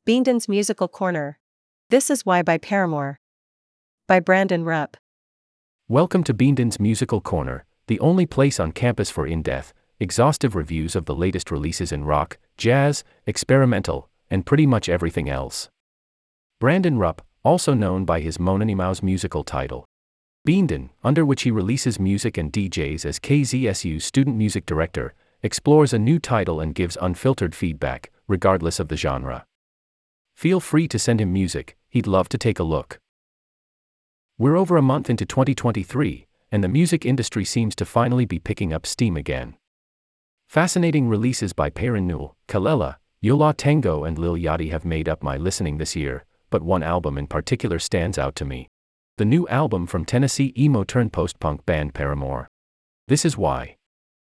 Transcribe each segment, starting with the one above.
Beanden's Musical Corner. This Is Why by Paramore. By Brandon Rupp. Welcome to Beanden's Musical Corner, the only place on campus for in-depth, exhaustive reviews of the latest releases in rock, jazz, experimental, and pretty much everything else. Brandon Rupp, also known by his Mononymous musical title, Beanden, under which he releases music and DJs as KZSU's student music director, explores a new title and gives unfiltered feedback, regardless of the genre. Feel free to send him music, he'd love to take a look. We're over a month into 2023, and the music industry seems to finally be picking up steam again. Fascinating releases by Peyron Newell, Kelela, Yo La Tengo and Lil Yachty have made up my listening this year, but one album in particular stands out to me. The new album from Tennessee emo-post-punk band Paramore. This Is Why.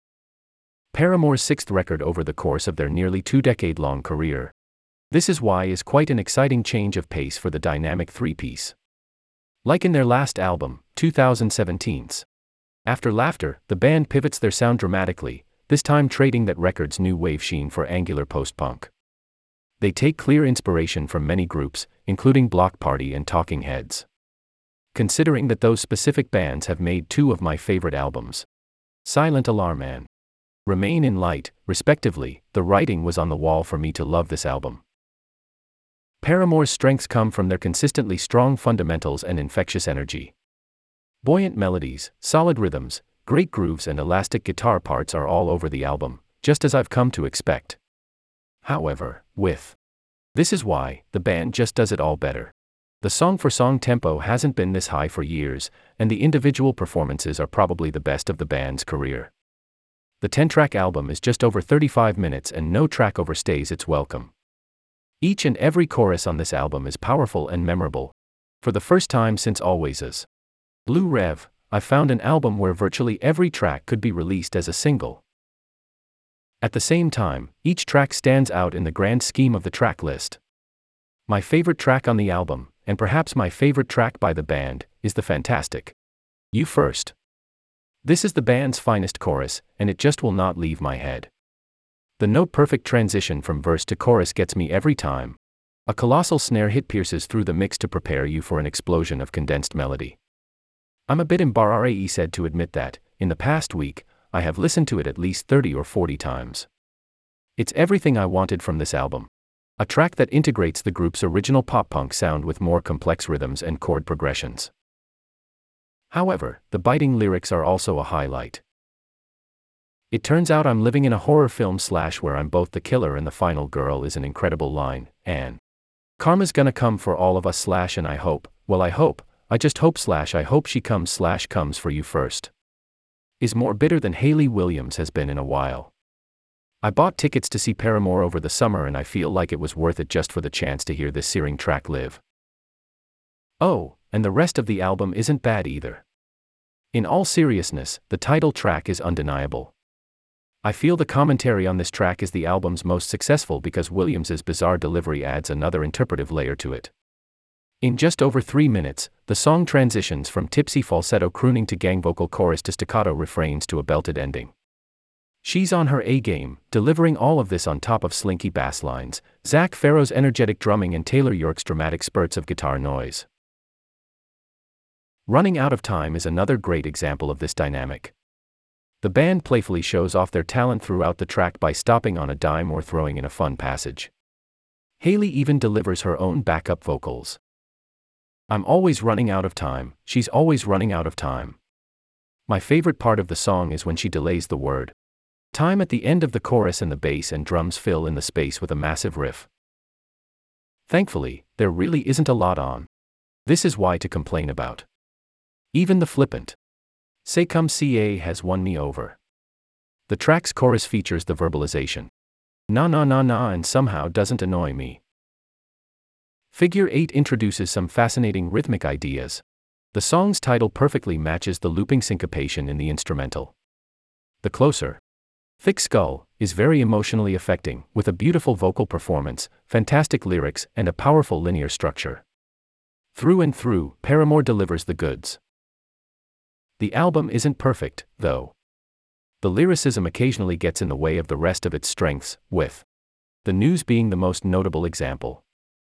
Paramore's sixth record over the course of their nearly two-decade-long career. This Is Why is quite an exciting change of pace for the dynamic three-piece. Like in their last album, 2017's After Laughter, the band pivots their sound dramatically, this time trading that record's new wave sheen for angular post-punk. They take clear inspiration from many groups, including Bloc Party and Talking Heads. Considering that those specific bands have made two of my favorite albums, Silent Alarm and Remain in Light, respectively, the writing was on the wall for me to love this album. Paramore's strengths come from their consistently strong fundamentals and infectious energy. Buoyant melodies, solid rhythms, great grooves and elastic guitar parts are all over the album, just as I've come to expect. However, with This Is Why, the band just does it all better. The song-for-song tempo hasn't been this high for years, and the individual performances are probably the best of the band's career. The 10-track album is just over 35 minutes and no track overstays its welcome. Each and every chorus on this album is powerful and memorable. For the first time since Always's Blue Rev, I found an album where virtually every track could be released as a single. At the same time, each track stands out in the grand scheme of the track list. My favorite track on the album, and perhaps my favorite track by the band, is the fantastic You First. This is the band's finest chorus, and it just will not leave my head. The note-perfect transition from verse to chorus gets me every time. A colossal snare hit pierces through the mix to prepare you for an explosion of condensed melody. I'm a bit embarrassed to admit that, in the past week, I have listened to it at least 30 or 40 times. It's everything I wanted from this album. A track that integrates the group's original pop-punk sound with more complex rhythms and chord progressions. However, the biting lyrics are also a highlight. It turns out I'm living in a horror film / where I'm both the killer and the final girl is an incredible line, and karma's gonna come for all of us / and I hope, well I just hope / I hope she comes / comes for you first. Is more bitter than Hayley Williams has been in a while. I bought tickets to see Paramore over the summer and I feel like it was worth it just for the chance to hear this searing track live. Oh, and the rest of the album isn't bad either. In all seriousness, the title track is undeniable. I feel the commentary on this track is the album's most successful because Williams's bizarre delivery adds another interpretive layer to it. In just over 3 minutes, the song transitions from tipsy falsetto crooning to gang vocal chorus to staccato refrains to a belted ending. She's on her A-game, delivering all of this on top of slinky bass lines, Zach Farrow's energetic drumming and Taylor York's dramatic spurts of guitar noise. Running Out of Time is another great example of this dynamic. The band playfully shows off their talent throughout the track by stopping on a dime or throwing in a fun passage. Hayley even delivers her own backup vocals. I'm always running out of time, she's always running out of time. My favorite part of the song is when she delays the word time at the end of the chorus and the bass and drums fill in the space with a massive riff. Thankfully, there really isn't a lot on This Is Why to complain about. Even the flippant C'est Comme Si has won me over. The track's chorus features the verbalization na na na na and somehow doesn't annoy me. Figure 8 introduces some fascinating rhythmic ideas. The song's title perfectly matches the looping syncopation in the instrumental. The closer, Thick Skull is very emotionally affecting, with a beautiful vocal performance, fantastic lyrics, and a powerful linear structure. Through and through, Paramore delivers the goods. The album isn't perfect, though. The lyricism occasionally gets in the way of the rest of its strengths, with The News being the most notable example.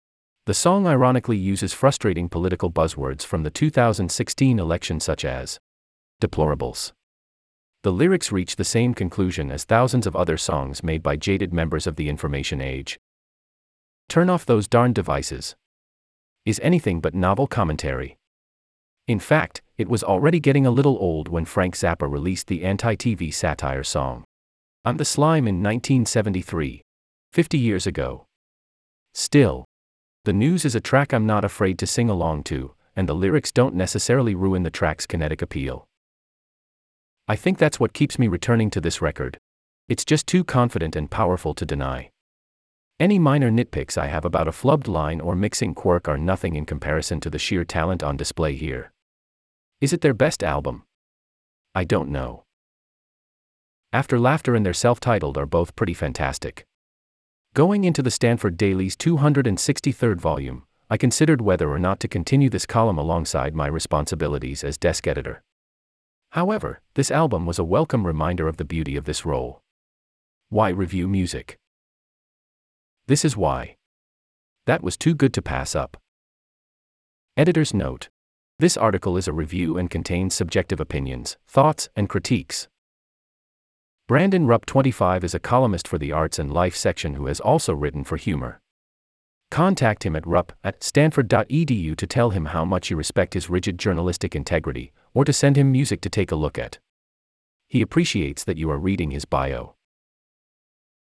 The song ironically uses frustrating political buzzwords from the 2016 election such as deplorables. The lyrics reach the same conclusion as thousands of other songs made by jaded members of the information age. Turn off those darn devices is anything but novel commentary. In fact, it was already getting a little old when Frank Zappa released the anti-TV satire song I'm the Slime in 1973, 50 years ago. Still, the news is a track I'm not afraid to sing along to, and the lyrics don't necessarily ruin the track's kinetic appeal. I think that's what keeps me returning to this record. It's just too confident and powerful to deny. Any minor nitpicks I have about a flubbed line or mixing quirk are nothing in comparison to the sheer talent on display here. Is it their best album? I don't know. After Laughter and their self-titled are both pretty fantastic. Going into the Stanford Daily's 263rd volume, I considered whether or not to continue this column alongside my responsibilities as desk editor. However, this album was a welcome reminder of the beauty of this role. Why review music? This is why. That was too good to pass up. Editor's note. This article is a review and contains subjective opinions, thoughts, and critiques. Brandon Rupp 25 is a columnist for the Arts and Life section who has also written for Humor. Contact him at rupp@stanford.edu to tell him how much you respect his rigid journalistic integrity, or to send him music to take a look at. He appreciates that you are reading his bio.